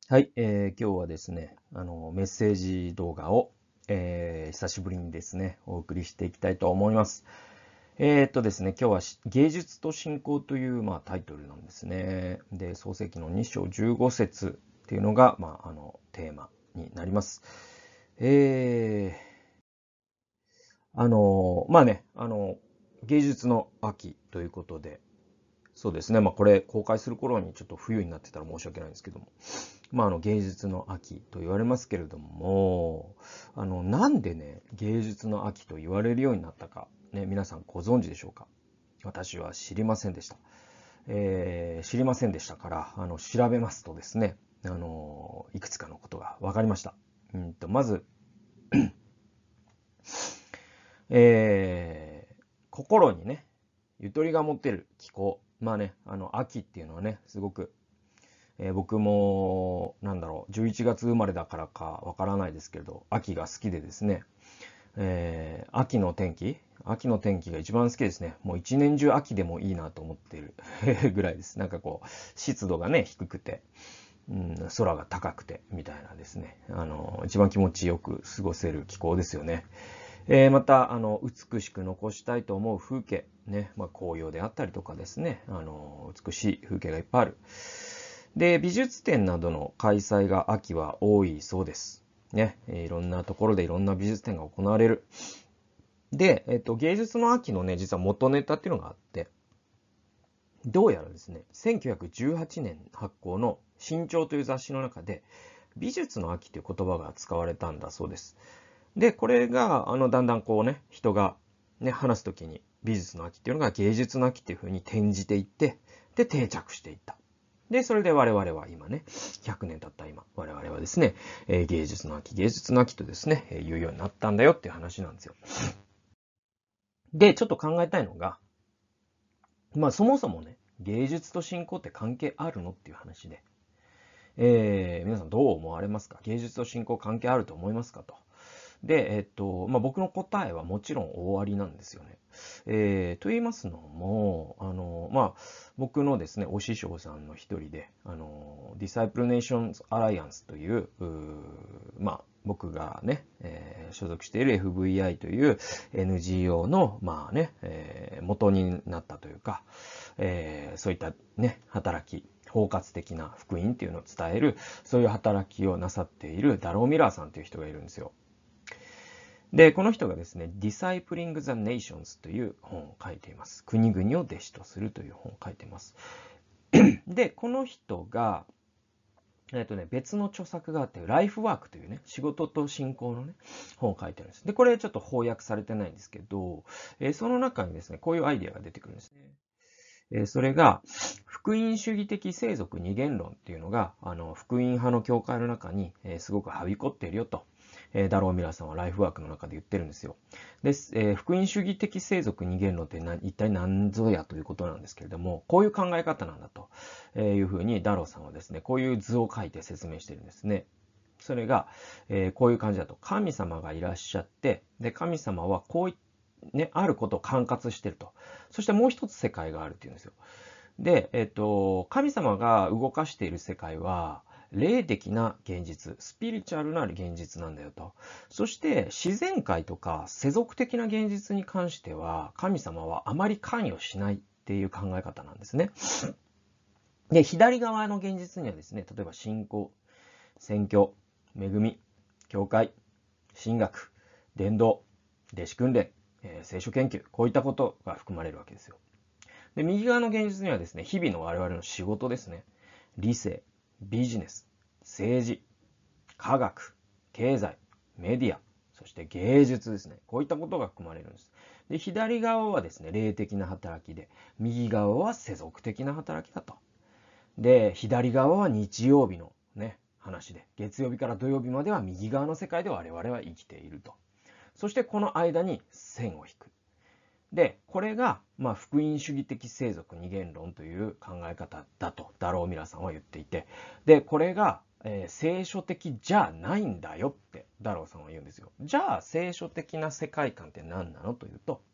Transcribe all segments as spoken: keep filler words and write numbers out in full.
はい、えー今日はですね、あの、メッセージ動画を、えー久しぶりにですね、お送りしていきたいと思います。えーっとですね、今日はし芸術と信仰という、まあ、タイトルなんですね。で、創世記のに章じゅうご節っていうのが、まあ、あの、テーマになります。えー、あの、まあね、あの、芸術の秋ということで、そうですね、まあ、これ公開する頃にちょっと冬になってたら申し訳ないんですけども、まあ、あの芸術の秋と言われますけれども、あのなんでね芸術の秋と言われるようになったか、ね、皆さんご存知でしょうか？私は知りませんでした。えー知りませんでしたから、あの調べますとですね、あのいくつかのことが分かりました。うんとまず、えー心にねゆとりが持ってる気候、まあね、あの秋っていうのはねすごく、えー僕も、なんだろう、じゅういちがつ生まれだからかわからないですけど、秋が好きでですね、えー秋の天気秋の天気が一番好きですね。もう一年中秋でもいいなと思っているぐらいです。なんかこう、湿度がね、低くて、うん、空が高くて、みたいなですね。あの、一番気持ちよく過ごせる気候ですよね。えーまた、あの、美しく残したいと思う風景、ね、まあ、紅葉であったりとかですね、あの、美しい風景がいっぱいある。で、美術展などの開催が秋は多いそうです。ね、いろんなところでいろんな美術展が行われる。で、えっと、芸術の秋のね、実は元ネタっていうのがあって、どうやらですね、せんきゅうひゃくじゅうはちねん発行の新潮という雑誌の中で、美術の秋という言葉が使われたんだそうです。で、これが、あの、だんだんこうね、人がね、話すときに美術の秋っていうのが芸術の秋っていう風に転じていって、で、定着していった。で、それで我々は今ね、ひゃくねん経った今、我々はですね、えー芸術の秋、芸術の秋とですね、えー言うようになったんだよっていう話なんですよ。で、ちょっと考えたいのが、まあそもそもね、芸術と信仰って関係あるのっていう話で、えー皆さんどう思われますか？芸術と信仰関係あると思いますかと。で、えっと、まあ、僕の答えはもちろん大ありなんですよね。えー、と言いますのも、あの、まあ、僕のですね、お師匠さんの一人で、あの、Disciple Nations Alliance という、うーまあ、僕がね、えー所属している エフブイアイ という エヌジーオー の、まあね、えー元になったというか、えーそういったね、働き、包括的な福音っていうのを伝える、そういう働きをなさっているダロー・ミラーさんという人がいるんですよ。で、この人がですね、Discipling the Nations という本を書いています。国々を弟子とするという本を書いています。で、この人が、えっとね、別の著作があって、ライフワークというね、仕事と信仰のね、本を書いてるんです。で、これちょっと翻訳されてないんですけど、えーその中にですね、こういうアイデアが出てくるんですね。えーそれが、福音主義的生族二元論っていうのが、あの、福音派の教会の中に、えーすごくはびこっているよと。えーダロー・ミラーさんはライフワークの中で言ってるんですよ。で、えー福音主義的生族二元論って一体何ぞやということなんですけれども、こういう考え方なんだというふうにダローさんはですね、こういう図を書いて説明してるんですね。それが、えーこういう感じだと。神様がいらっしゃって、で、神様はこういったね、あることを管轄してると。そしてもう一つ世界があるっていうんですよ。で、えっと、神様が動かしている世界は、霊的な現実、スピリチュアルな現実なんだよと。そして自然界とか世俗的な現実に関しては、神様はあまり関与しないっていう考え方なんですね。で、左側の現実にはですね、例えば信仰、宣教、恵み、教会、神学、伝道、弟子訓練、えー聖書研究、こういったことが含まれるわけですよ。で、右側の現実にはですね、日々の我々の仕事ですね。理性、ビジネス、政治、科学、経済、メディア、そして芸術ですね。こういったことが含まれるんです。で、左側はですね、霊的な働きで、右側は世俗的な働きだと。で、左側は日曜日のね、話で、月曜日から土曜日までは右側の世界で我々は生きていると。そしてこの間に線を引く。で、これが、まあ、福音主義的生族二元論という考え方だと、ダロー・ミラーさんは言っていて、で、これが、えー聖書的じゃないんだよって、ダローさんは言うんですよ。じゃあ、聖書的な世界観って何なのというと、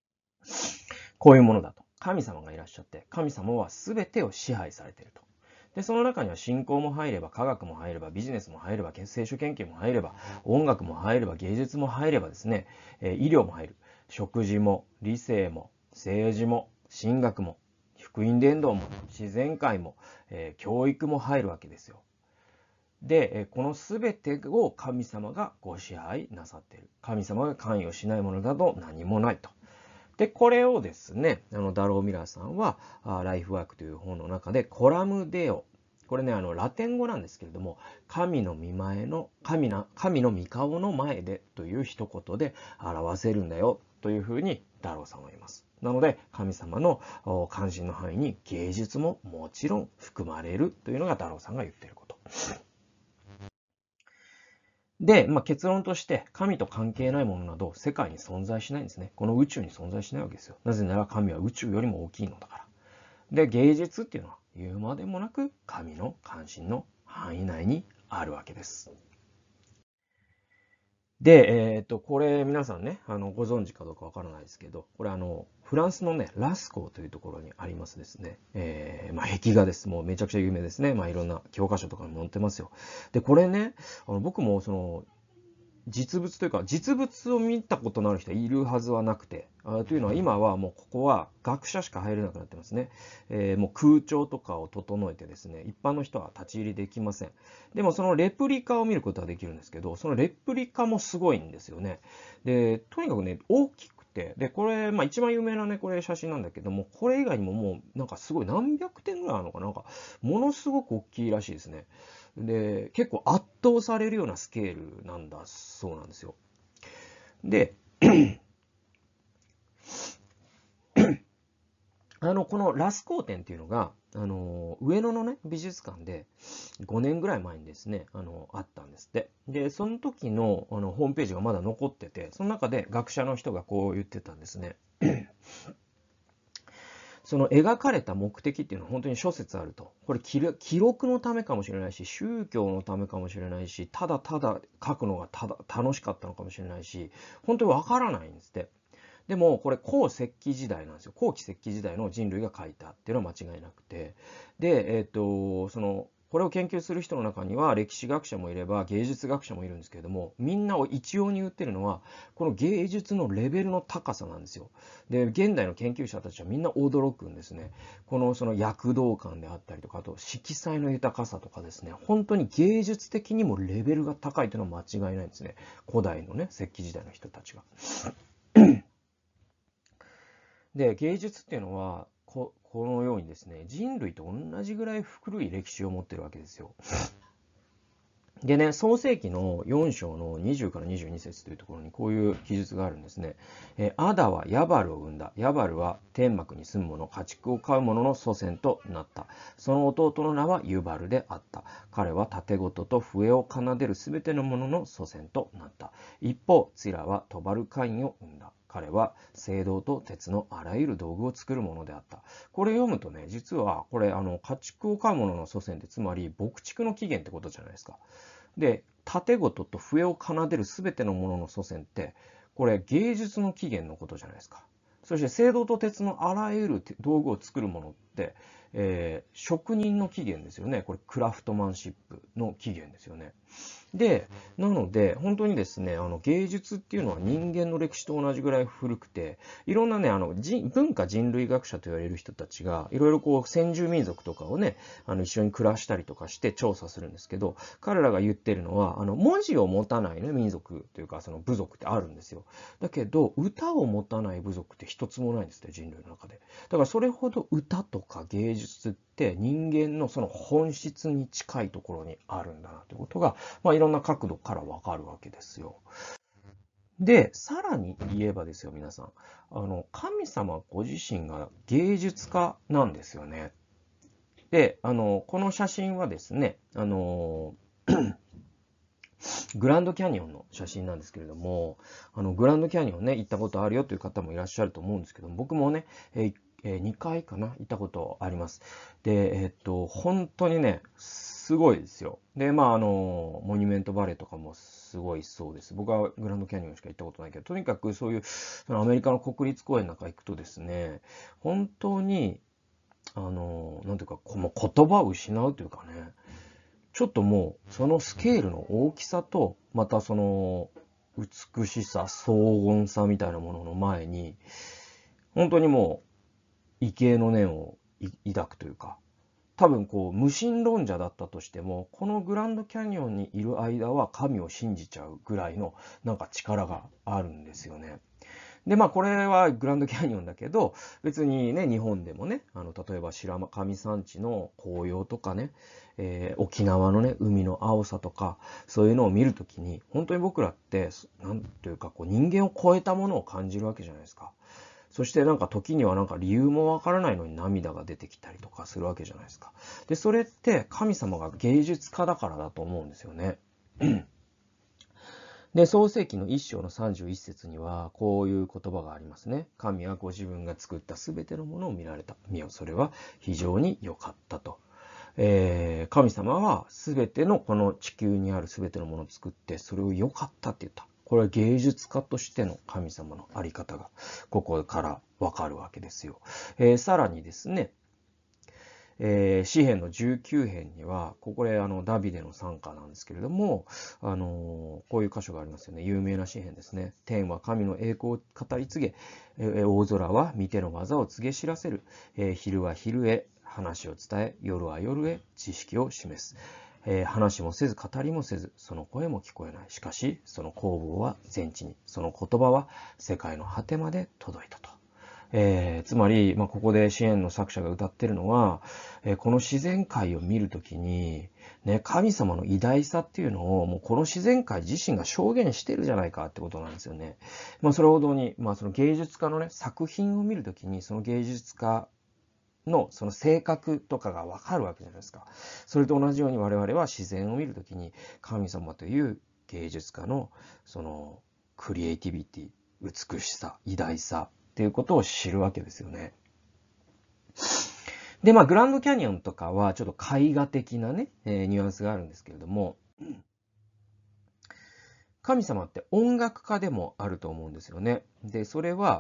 こういうものだと。神様がいらっしゃって、神様は全てを支配されていると。 で、その中には信仰も入れば、科学も入れば、ビジネスも入れば、聖書研究も入れば、音楽も入れば、芸術も入ればですね、えー医療も入る。食事も、理性も、政治も、神学も、福音伝道も、自然界も、えー教育も入るわけですよ。で、えーこのすべてを神様がご支配なさっている。神様が関与しないものなど何もないと。で、これをですね、あの、ダロー・ミラーさんは、あライフワークという本の中で、コラムデオ。これね、あの、ラテン語なんですけれども、神の御前の、神な、神の御顔の前でという一言で表せるんだよ、というふうにダローさんは言います。なので、神様のお関心の範囲に芸術ももちろん含まれるというのがダローさんが言っていること。で、まあ、結論として、神と関係ないものなど世界に存在しないんですね。この宇宙に存在しないわけですよ。なぜなら神は宇宙よりも大きいのだから。で、芸術っていうのは言うまでもなく神の関心の範囲内にあるわけです。で、えっと、これ皆さんね、あの、ご存知かどうかわからないですけど、これあの、フランスのね、ラスコーというところにありますですね、えー、まあ、壁画です。もうめちゃくちゃ有名ですね。まあ、いろんな教科書とかにも載ってますよ。で、これね、あの僕もその、実物というか、実物を見たことのある人はいるはずはなくて、あというのは今はもうここは学者しか入れなくなってますね。えーもう空調とかを整えてですね、一般の人は立ち入りできません。でもそのレプリカを見ることはできるんですけど、そのレプリカもすごいんですよね。で、とにかくね、大きくて、で、これ、まあ一番有名なね、これ写真なんだけども、これ以外にももうなんかすごい何百点ぐらいあるのかな、なんか、ものすごく大きいらしいですね。で、結構圧倒されるようなスケールなんだそうなんですよ。で、あの、このラスコー展っていうのが、あの、上野のね、美術館でごねんぐらい前にですね、あの、あったんですって。で、その時の、あの、ホームページがまだ残ってて、その中で学者の人がこう言ってたんですね。その描かれた目的っていうのは本当に諸説あると。これ記録のためかもしれないし、宗教のためかもしれないし、ただただ描くのがただ楽しかったのかもしれないし、本当にわからないんですって。でも、これ、後石器時代なんですよ。後期石器時代の人類が書いたっていうのは間違いなくて。で、えっと、その、これを研究する人の中には歴史学者もいれば芸術学者もいるんですけれども、みんなを一様に言ってるのは、この芸術のレベルの高さなんですよ。で、現代の研究者たちはみんな驚くんですね。このその躍動感であったりとか、あと色彩の豊かさとかですね、本当に芸術的にもレベルが高いというのは間違いないんですね。古代のね、石器時代の人たちが。で、芸術っていうのは、こ、このようにですね、人類と同じぐらい古い歴史を持ってるわけですよ。でね、創世記のよん章のにじゅうからにじゅうに節というところにこういう記述があるんですね。えアダはヤバルを生んだ。ヤバルは天幕に住む者、家畜を飼う者の祖先となった。その弟の名はユバルであった。彼は盾事と笛を奏でるすべての者の祖先となった。一方、ツィラはトバルカインを生んだ。彼は青銅と鉄のあらゆる道具を作るものであった。これ読むとね、実はこれあの家畜を飼う者の祖先ってつまり牧畜の起源ってことじゃないですか。で、盾事と笛を奏でるすべてのものの祖先って、これ芸術の起源のことじゃないですか。そして青銅と鉄のあらゆる道具を作るものって、えー職人の起源ですよね。これクラフトマンシップの起源ですよね。で、なので、本当にですね、あの芸術っていうのは人間の歴史と同じぐらい古くて、いろんなね、あの人文化人類学者と言われる人たちが、いろいろこう先住民族とかをね、あの一緒に暮らしたりとかして調査するんですけど、彼らが言ってるのは、あの文字を持たないね、民族というか、その部族ってあるんですよ。だけど、歌を持たない部族って一つもないんですね、人類の中で。だからそれほど歌とか芸術って人間のその本質に近いところにあるんだなということが、まあ、いろんな角度からわかるわけですよ。で、さらに言えばですよ、皆さん。あの、神様ご自身が芸術家なんですよね。で、あの、この写真はですね、あの、グランドキャニオンの写真なんですけれども、あの、グランドキャニオンね、行ったことあるよという方もいらっしゃると思うんですけども、僕もね、えーえーにかいかな、行ったことあります。で、えーっと、本当にね、すごいですよ。で、まあ、あの、モニュメントバレーとかもすごいそうです。僕はグランドキャニオンしか行ったことないけど、とにかくそういう、そのアメリカの国立公園なんか行くとですね、本当に、 あの、なんていうか、この言葉を失うというかね、ちょっともう、そのスケールの大きさと、またその、美しさ、荘厳さみたいなものの前に、本当にもう、畏敬の念を抱くというか、多分こう、無神論者だったとしても、このグランドキャニオンにいる間は神を信じちゃうぐらいの、なんか力があるんですよね。で、まあ、これはグランドキャニオンだけど、別にね、日本でもね、あの、例えば白神山地の紅葉とかね、えー沖縄のね、海の青さとか、そういうのを見るときに、本当に僕らって、なんというか、こう、人間を超えたものを感じるわけじゃないですか。そしてなんか時にはなんか理由もわからないのに涙が出てきたりとかするわけじゃないですか。で、それって神様が芸術家だからだと思うんですよね。で、創世記の一章のさんじゅういっ節には、こういう言葉がありますね。神はご自分が作ったすべてのものを見られた。見よ、それは非常に良かったと。えー神様はすべてのこの地球にあるすべてのものを作って、それを良かったって言った。これは芸術家としての神様のあり方が、ここからわかるわけですよ。えーさらにですね、えー詩編のじゅうきゅう編には、ここであのダビデの賛歌なんですけれども、あのーこういう箇所がありますよね。有名な詩編ですね。天は神の栄光を語り継げ、えー大空は御手の技を告げ知らせる、えー昼は昼へ話を伝え、夜は夜へ知識を示す。えー話もせず語りもせず、その声も聞こえない。しかし、その工房は全地に、その言葉は世界の果てまで届いたと。えーつまり、まあ、ここで支援の作者が歌ってるのは、えーこの自然界を見るときに、ね、神様の偉大さっていうのを、もうこの自然界自身が証言してるじゃないかってことなんですよね。まあ、それほどに、まあ、その芸術家のね、作品を見るときに、その芸術家のその性格とかがわかるわけじゃないですか。それと同じように我々は自然を見るときに、神様という芸術家のそのクリエイティビティ、美しさ、偉大さっていうことを知るわけですよね。で、まあ、グランドキャニオンとかはちょっと絵画的なね、えーニュアンスがあるんですけれども、神様って音楽家でもあると思うんですよね。で、それは、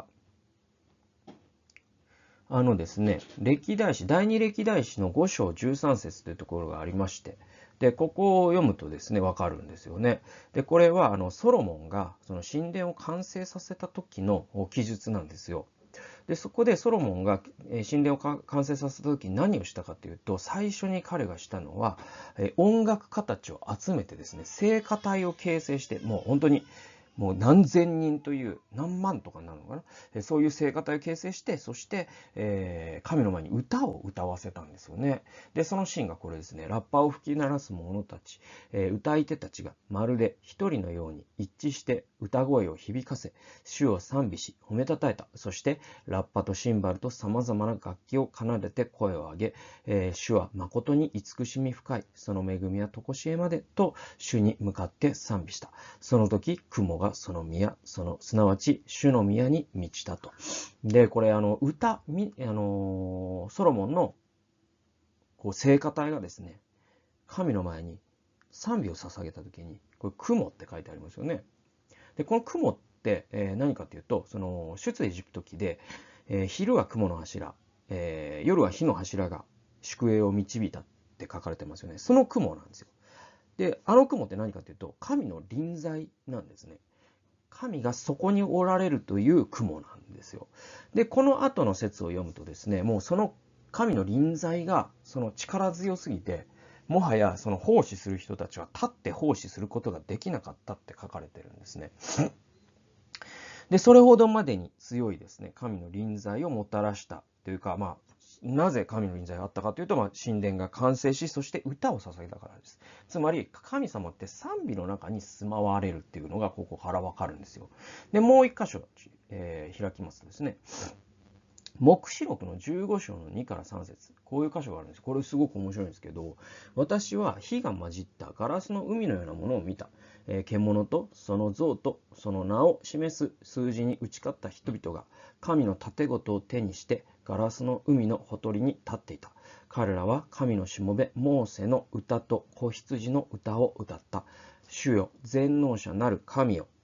あのですね、歴代史、第二歴代史のご章じゅうさん節というところがありまして、で、ここを読むとですね、わかるんですよね。で、これは、あの、ソロモンが、その神殿を完成させた時の記述なんですよ。で、そこでソロモンがえー神殿を完成させた時に何をしたかというと、最初に彼がしたのは、えー音楽家たちを集めてですね、聖歌隊を形成して、もう本当に、もう何千人という、何万とかになるのかな、えーそういう聖歌隊を形成して、そして、えー神の前に歌を歌わせたんですよね。で、そのシーンがこれですね、ラッパを吹き鳴らす者たち、えー歌い手たちがまるで一人のように一致して歌声を響かせ、主を賛美し、褒めたたえた。そして、ラッパとシンバルと様々な楽器を奏でて声を上げ、えー主は誠に慈しみ深い。その恵みはとこしえまでと主に向かって賛美した。その時、雲がその宮、その、すなわち主の宮に満ちたと。で、これ、あの、歌、みあのーソロモンのこう聖歌隊がですね、神の前に賛美を捧げた時に、これ雲って書いてありますよね。で、この雲って、えー何かというと、その出エジプト記で、えー昼は雲の柱、えー夜は火の柱が宿営を導いたって書かれてますよね。その雲なんですよ。で、あの雲って何かというと、神の臨在なんですね。神がそこにおられるという雲なんですよ。で、この後の説を読むとですね、もうその神の臨在がその力強すぎて、もはやその奉仕する人たちは立って奉仕することができなかったって書かれてるんですね。で、それほどまでに強いですね、神の臨在をもたらしたというか、まあ、なぜ神の臨在があったかというと、まあ、神殿が完成し、そして歌を捧げたからです。つまり、神様って賛美の中に住まわれるっていうのがここからわかるんですよ。で、もう一箇所、えー開きますとですね、黙示録のじゅうご章のにからさん節、こういう箇所があるんです。これすごく面白いんですけど、私は火が混じったガラスの海のようなものを見た。えー獣とその像とその名を示す数字に打ち勝った人々が神の盾事を手にしてガラスの海のほとりに立っていた。彼らは神のしもべモーセの歌と子羊の歌を歌った。主よ、全能者なる神よ、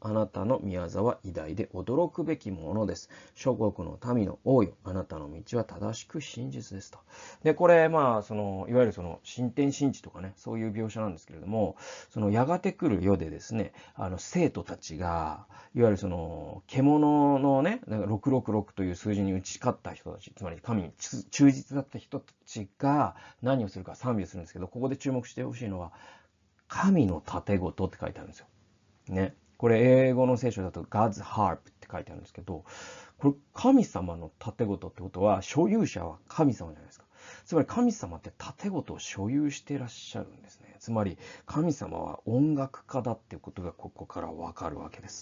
あなたの宮沢は偉大で驚くべきものです。諸国の民の王よ。あなたの道は正しく真実です。と。で、これ、まあ、その、いわゆるその、新天神地とかね、そういう描写なんですけれども、その、やがて来る世でですね、あの、生徒たちが、いわゆるその、獣のね、ろくろくろくという数字に打ち勝った人たち、つまり神に忠実だった人たちが何をするか賛美をするんですけど、ここで注目してほしいのは、神の盾事って書いてあるんですよ。ね。これ英語の聖書だと God's harp って書いてあるんですけど、これ神様の盾事ってことは所有者は神様じゃないですか。つまり神様って盾事を所有していらっしゃるんですね。つまり神様は音楽家だっていうことがここからわかるわけです。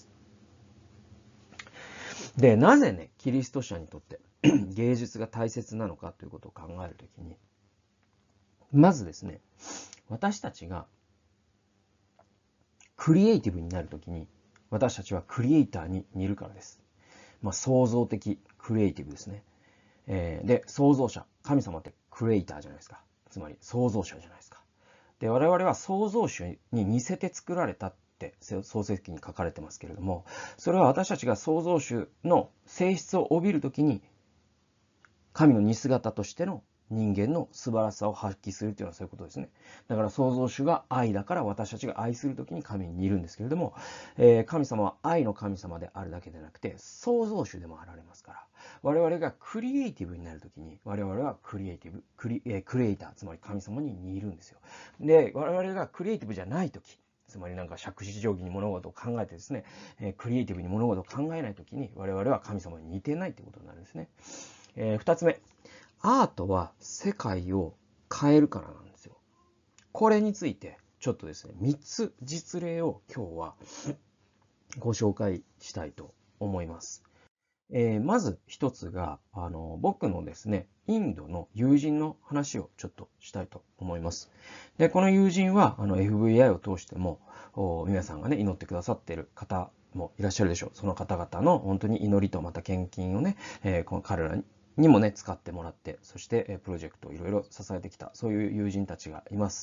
で、なぜね、キリスト者にとって芸術が大切なのかということを考えるときに、まずですね、私たちがクリエイティブになるときに、私たちはクリエイターに似るからです。まあ、創造的、クリエイティブですね。えー、で、創造者、神様ってクリエイターじゃないですか。つまり創造者じゃないですか。で、我々は創造主に似せて作られたって創世記に書かれてますけれども、それは私たちが創造主の性質を帯びるときに、神の似姿としての人間の素晴らしさを発揮するというのはそういうことですね。だから創造主が愛だから私たちが愛するときに神に似るんですけれども、えー、神様は愛の神様であるだけでなくて創造主でもあられますから、我々がクリエイティブになるときに我々はクリエイティブ、クリ、えー、クリエイター、つまり神様に似るんですよ。で、我々がクリエイティブじゃないとき、つまりなんか杓子定規に物事を考えてですね、えー、クリエイティブに物事を考えないときに我々は神様に似てないということになるんですね。えー、二つ目。アートは世界を変えるからなんですよ。これについてちょっとですね、みっつ実例を今日はご紹介したいと思います。えー、まず一つが、あの、僕のですね、インドの友人の話をちょっとしたいと思います。で、この友人は、あの、エフブイアイ を通しても、皆さんがね、祈ってくださっている方もいらっしゃるでしょう。その方々の本当に祈りとまた献金をね、えー、この彼らににもね、使ってもらって、そして、プロジェクトをいろいろ支えてきた、そういう友人たちがいます。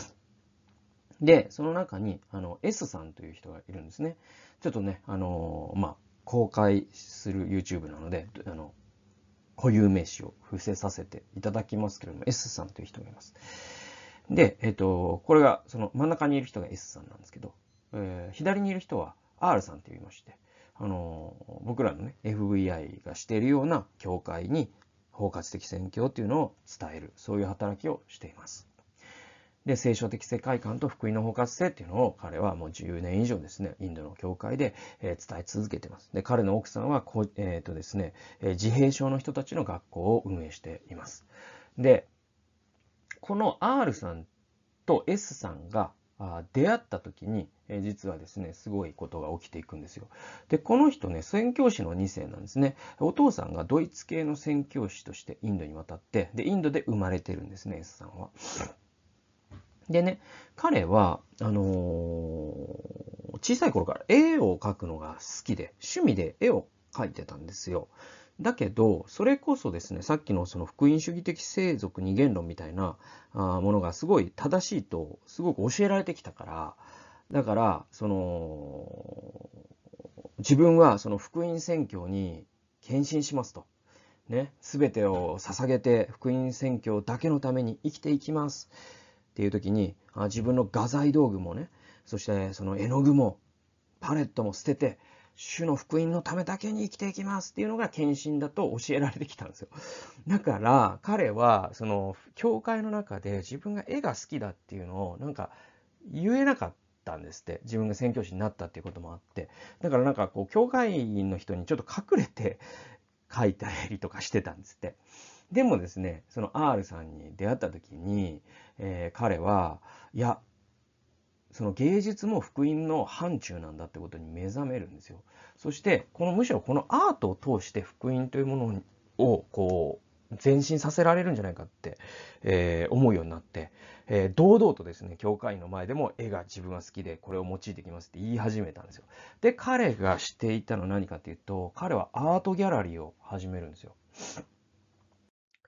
で、その中に、あの、S さんという人がいるんですね。ちょっとね、あの、まあ、公開する YouTube なので、あの、固有名詞を伏せさせていただきますけれども、S さんという人がいます。で、えっと、これが、その真ん中にいる人が S さんなんですけど、えー、左にいる人は R さんと言いまして、あの、僕らのね、エフブイアイ がしているような教会に包括的宣教というのを伝える、そういう働きをしています。で、聖書的世界観と福音の包括性っていうのを彼はもうじゅうねん以上ですね、インドの教会で伝え続けています。で、彼の奥さんはこう、えっとですね、自閉症の人たちの学校を運営しています。で、この R さんと S さんが出会った時に、実はですね、すごいことが起きていくんですよ。で、この人ね、宣教師のに世なんですね。お父さんがドイツ系の宣教師としてインドに渡って、で、インドで生まれてるんですね、S さんは。でね、彼は、あのー、小さい頃から絵を描くのが好きで、趣味で絵を描いてたんですよ。だけど、それこそですね、さっきのその福音主義的生族二元論みたいなものがすごい正しいと、すごく教えられてきたから、だから、その、自分はその福音宣教に献身しますと。ね、すべてを捧げて福音宣教だけのために生きていきます。っていう時に、自分の画材道具もね、そしてその絵の具もパレットも捨てて、主の福音のためだけに生きていきますっていうのが献身だと教えられてきたんですよ。だから彼はその教会の中で自分が絵が好きだっていうのをなんか言えなかったんですって。自分が宣教師になったっていうこともあって。だからなんかこう教会員の人にちょっと隠れて描いたりとかしてたんですって。でもですね、その R さんに出会った時に、えー、彼は、いや、その芸術も福音の範疇なんだってことに目覚めるんですよ。そして、このむしろこのアートを通して福音というものをこう前進させられるんじゃないかって、えー、思うようになって、えー、堂々とですね、教会員の前でも絵が自分は好きでこれを用いてきますって言い始めたんですよ。で、彼がしていたのは何かっていうと、彼はアートギャラリーを始めるんですよ。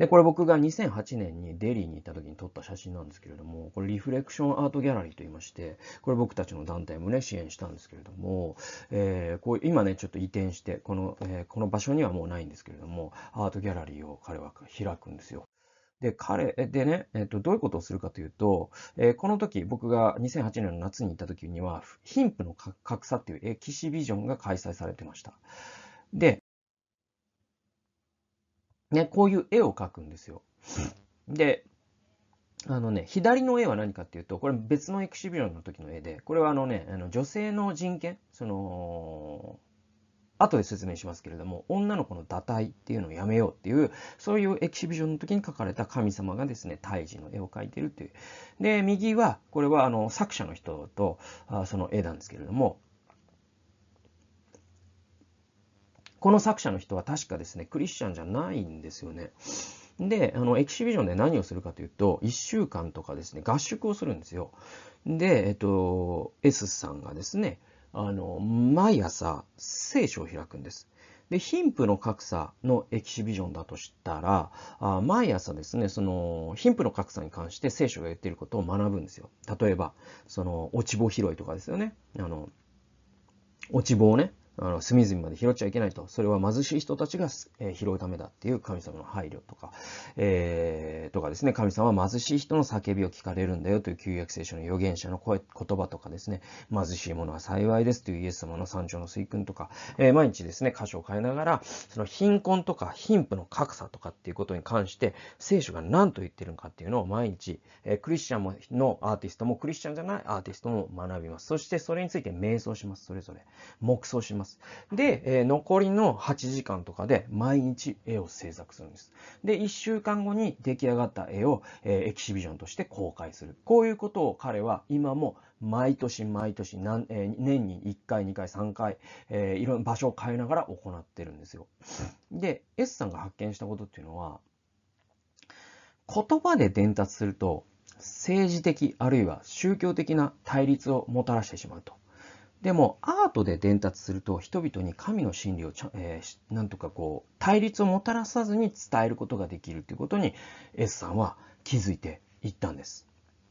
で、これ僕がにせんはちねんにデリーに行った時に撮った写真なんですけれども、これリフレクションアートギャラリーと言いまして、これ僕たちの団体もね、支援したんですけれども、えー、こう今ね、ちょっと移転して、この、えー、この場所にはもうないんですけれども、アートギャラリーを彼は開くんですよ。で、彼、でね、えっと、どういうことをするかというと、えーこの時、僕がにせんはちねんの夏に行った時には、貧富の格差っていうエキシビジョンが開催されてました。で、ね、こういう絵を描くんですよ。で、あのね、左の絵は何かっていうと、これ別のエキシビジョンの時の絵で、これはあのね、あの女性の人権、その、後で説明しますけれども、女の子の堕胎っていうのをやめようっていう、そういうエキシビジョンの時に描かれた神様がですね、胎児の絵を描いてるっていう。で、右は、これはあの作者の人と、あその絵なんですけれども、この作者の人は確かですね、クリスチャンじゃないんですよね。で、あの、エキシビジョンで何をするかというと、いっしゅうかんとかですね、合宿をするんですよ。で、えっと、S さんがですね、あの、毎朝、聖書を開くんです。で、貧富の格差のエキシビジョンだとしたら、あ毎朝ですね、その、貧富の格差に関して聖書が言っていることを学ぶんですよ。例えば、その、落ち葉拾いとかですよね。あの、落ち葉をね、あの隅々まで拾っちゃいけないと。それは貧しい人たちが、えー拾うためだっていう神様の配慮とか、えーとかですね、神様は貧しい人の叫びを聞かれるんだよという旧約聖書の預言者の声言葉とかですね、貧しい者は幸いですというイエス様の山頂の水訓とか、えー毎日ですね、箇所を変えながら、その貧困とか貧富の格差とかっていうことに関して、聖書が何と言ってるのかっていうのを毎日、えークリスチャンのアーティストもクリスチャンじゃないアーティストも学びます。そしてそれについて瞑想します。それぞれ。黙想します。で、えー残りのはちじかんとかで毎日絵を制作するんです。で、いっしゅうかんごに出来上がった絵を、えーエキシビジョンとして公開する。こういうことを彼は今も毎年毎年何、えー年にいっかい、にかい、さんかい、えーいろんな場所を変えながら行ってるんですよ。で、S さんが発見したことっていうのは、言葉で伝達すると政治的あるいは宗教的な対立をもたらしてしまうと。でも、アートで伝達すると、人々に神の真理をちゃ、えーなんとかこう、対立をもたらさずに伝えることができるということに、S さんは気づいていったんです。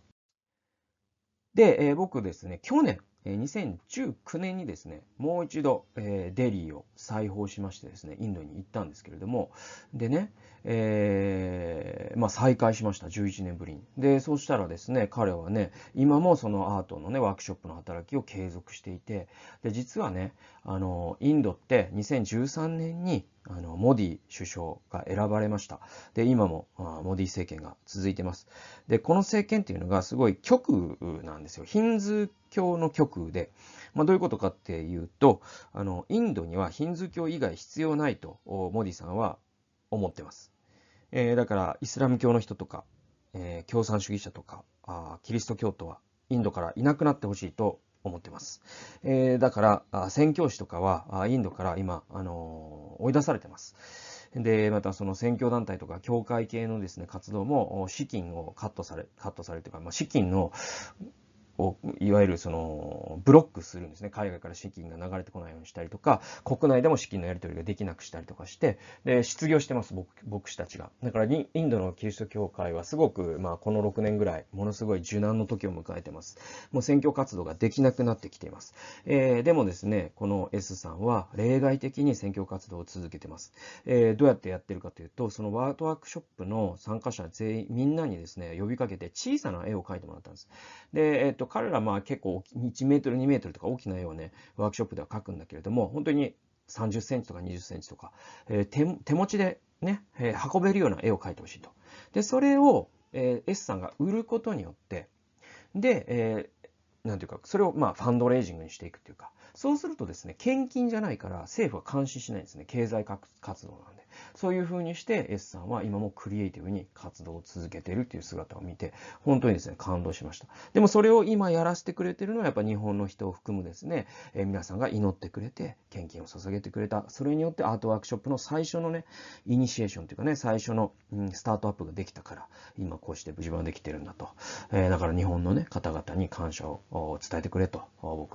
で、えー僕ですね、去年、えーにせんじゅうきゅうねんにですね、もう一度、えーデリーを再訪しましてですね、インドに行ったんですけれども、でね、えーまあ再会しました、じゅういちねんぶりに。で、そうしたらですね、彼はね、今もそのアートのね、ワークショップの働きを継続していて、で、実はね、あの、インドってにせんじゅうさんねんに、あの、モディ首相が選ばれました。で、今も、あモディ政権が続いてます。で、この政権っていうのがすごい極右なんですよ。ヒンズー教の極右で、まあ、どういうことかっていうと、あの、インドにはヒンズー教以外必要ないと、モディさんは思ってます。えーだから、イスラム教の人とか、えー共産主義者とか、あキリスト教徒はインドからいなくなってほしいと思ってます。えーだから、あ宣教師とかはあインドから今、あのー追い出されてます。で、またその宣教団体とか教会系のですね、活動も資金をカットされ、カットされるというか、まあ、資金のをいわゆるそのブロックするんですね。海外から資金が流れてこないようにしたりとか、国内でも資金のやり取りができなくしたりとかして、で、失業してます、僕牧師たちが。だからインドのキリスト教会はすごく、まあ、このろくねんぐらい、ものすごい受難の時を迎えてます。もう宣教活動ができなくなってきています。えーでもですね、この S さんは例外的に宣教活動を続けてます。えーどうやってやってるかというと、そのワートワークショップの参加者全員、みんなにですね、呼びかけて小さな絵を描いてもらったんです。で、えっと、彼らまあ結構いちメートル、にメートルとか大きな絵をね、ワークショップでは描くんだけれども、本当にさんじゅっセンチとかにじゅっセンチとか、えー手手持ちでね、えー運べるような絵を描いてほしいと。で、それを、えー S さんが売ることによって、で、えーなんていうか、それをまあファンドレイジングにしていくっていうか、そうするとですね、献金じゃないから政府は監視しないんですね。経済活動なんで。そういう風にして S さんは今もクリエイティブに活動を続けているっていう姿を見て、本当にですね、感動しました。でもそれを今やらせてくれてるのはやっぱ日本の人を含むですね、えー皆さんが祈ってくれて、献金を捧げてくれた。それによってアートワークショップの最初のね、イニシエーションというかね、最初の、うん、スタートアップができたから、今こうして自分はできてるんだと。えーだから日本のね、方々に感謝を伝えてくれと、僕は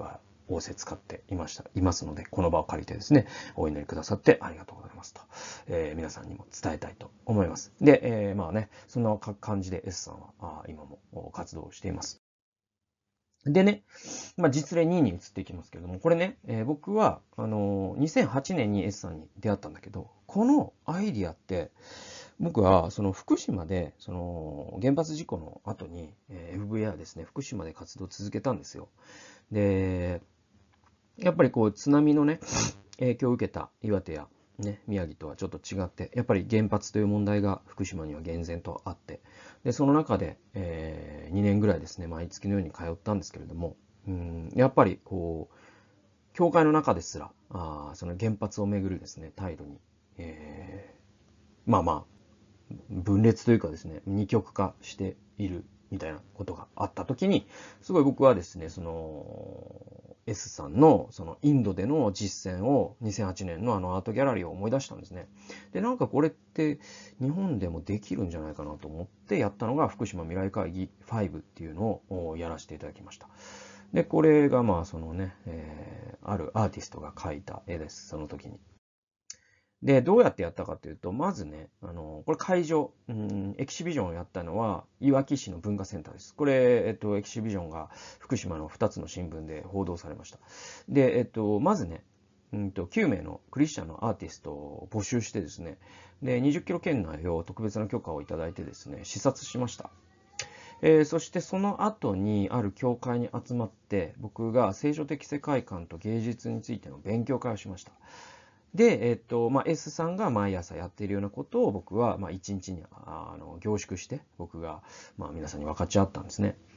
仰せ使っていました、いますので、この場を借りてですね、お祈りくださってありがとうございますと、えー皆さんにも伝えたいと思います。で、えーまあね、そんな感じで S さんはあ今も活動しています。でね、まあ、実例にに移っていきますけれども、これね、えー僕は、あのーにせんはちねんに S さんに出会ったんだけど、このアイディアって、僕は、その福島で、その原発事故の後に、えー エフブイアー ですね、福島で活動を続けたんですよ。で、やっぱりこう、津波のね、影響を受けた岩手や、ね、宮城とはちょっと違って、やっぱり原発という問題が福島には厳然とあって、で、その中で、えーにねんぐらいですね、毎月のように通ったんですけれども、うん、やっぱりこう、教会の中ですら、あーその原発をめぐるですね、態度に、えーまあまあ、分裂というかですね、二極化しているみたいなことがあったときに、すごい僕はですね、その S さんのそのインドでの実践をにせんはちねんのあのアートギャラリーを思い出したんですね。で、なんかこれって日本でもできるんじゃないかなと思ってやったのが福島未来会議ファイブっていうのをやらせていただきました。で、これがまあそのね、えーあるアーティストが描いた絵です、その時に。で、どうやってやったかというと、まずね、あの、これ会場、うん、エキシビジョンをやったのは、いわき市の文化センターです。これ、えっと、エキシビジョンが福島のふたつの新聞で報道されました。で、えっと、まずね、うんと、きゅうめいのクリスチャンのアーティストを募集してですね、で、にじゅっキロ圏内を特別な許可をいただいてですね、視察しました。えーそしてその後にある教会に集まって、僕が聖書的世界観と芸術についての勉強会をしました。で、えっと、まあ、S さんが毎朝やっているようなことを僕は、まあ、一日にあの凝縮して、僕が、まあ、皆さんに分かち合ったんですね。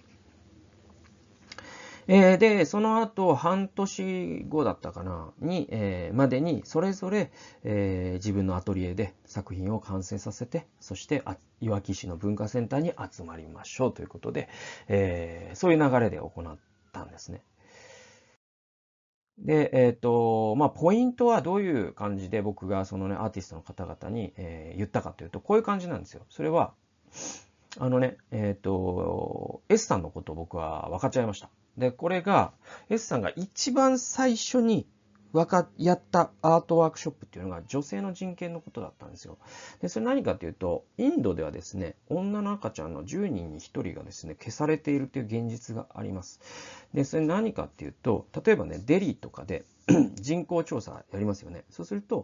えーで、その後、半年後だったかな、に、えーまでに、それぞれ、えー自分のアトリエで作品を完成させて、そして、あいわき市の文化センターに集まりましょうということで、えーそういう流れで行ったんですね。で、えっと、まあ、ポイントはどういう感じで僕がそのね、アーティストの方々に、えー言ったかというと、こういう感じなんですよ。それは、あのね、えっと、S さんのことを僕は分かっちゃいました。で、これが、S さんが一番最初にわか、やったアートワークショップっていうのが女性の人権のことだったんですよ。で、それ何かっていうと、インドではですね、女の赤ちゃんのじゅうにんにひとりがですね、消されているという現実があります。で、それ何かっていうと、例えばね、デリーとかで人口調査やりますよね。そうすると、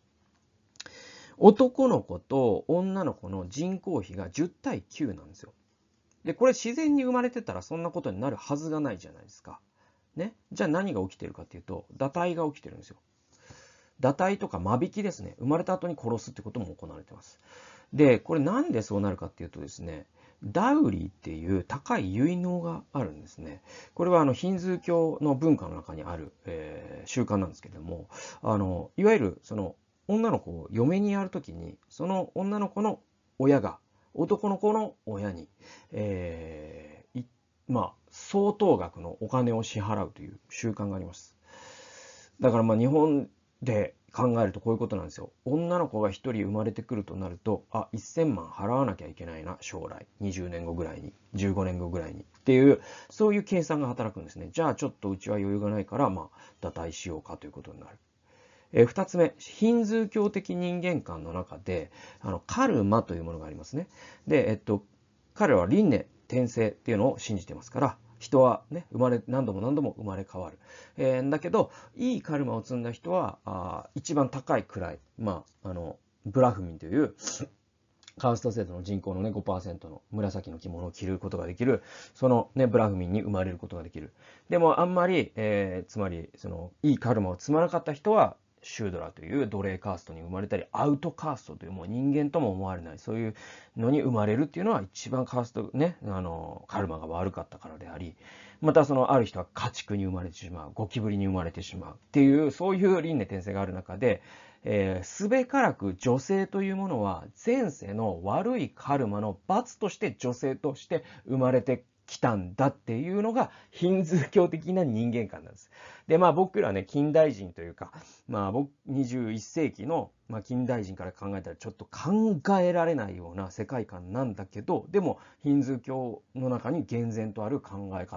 男の子と女の子の人口比がじゅうたいきゅうなんですよ。で、これ自然に生まれてたらそんなことになるはずがないじゃないですか。ね。じゃあ何が起きてるかっていうと、堕胎が起きてるんですよ。堕胎とか間引きですね。生まれた後に殺すってことも行われてます。で、これなんでそうなるかっていうとですね、ダウリーっていう高い結納があるんですね。これはあのヒンズー教の文化の中にある、えー習慣なんですけれども、あの、いわゆるその女の子を嫁にやるときに、その女の子の親が男の子の親に、えーいまあ、相当額のお金を支払うという習慣があります。だからまあ日本で考えるとこういうことなんですよ。女の子が一人生まれてくるとなると、あ、せんまん払わなきゃいけないな、将来。にじゅうねんごぐらいに、じゅうごねんごぐらいに。っていう、そういう計算が働くんですね。じゃあちょっとうちは余裕がないから、まあ、堕胎しようかということになる。えー、二つ目、ヒンズー教的人間観の中で、あの、カルマというものがありますね。で、えっと、彼らは輪廻転生っていうのを信じてますから、人はね、生まれ、何度も何度も生まれ変わる。えーだけど、いいカルマを積んだ人は、あ一番高い位、まあ、あの、ブラフミンという、カースト制度の人口のね、ごパーセントの紫の着物を着ることができる、そのね、ブラフミンに生まれることができる。でも、あんまり、えーつまり、その、いいカルマを積まなかった人は、シュードラという奴隷カーストに生まれたり、アウトカーストというもう人間とも思われない、そういうのに生まれるっていうのは一番カーストね、あの、カルマが悪かったからであり、またそのある人は家畜に生まれてしまう、ゴキブリに生まれてしまうっていう、そういう輪廻転生がある中で、えー、すべからく女性というものは前世の悪いカルマの罰として女性として生まれてきたんだっていうのがヒンズー教的な人間観なんです。で、まあ僕らね、近代人というか、まあ僕、にじゅういっせいきの、まあ、近代人から考えたらちょっと考えられないような世界観なんだけど、でもヒンズー教の中に厳然とある考え方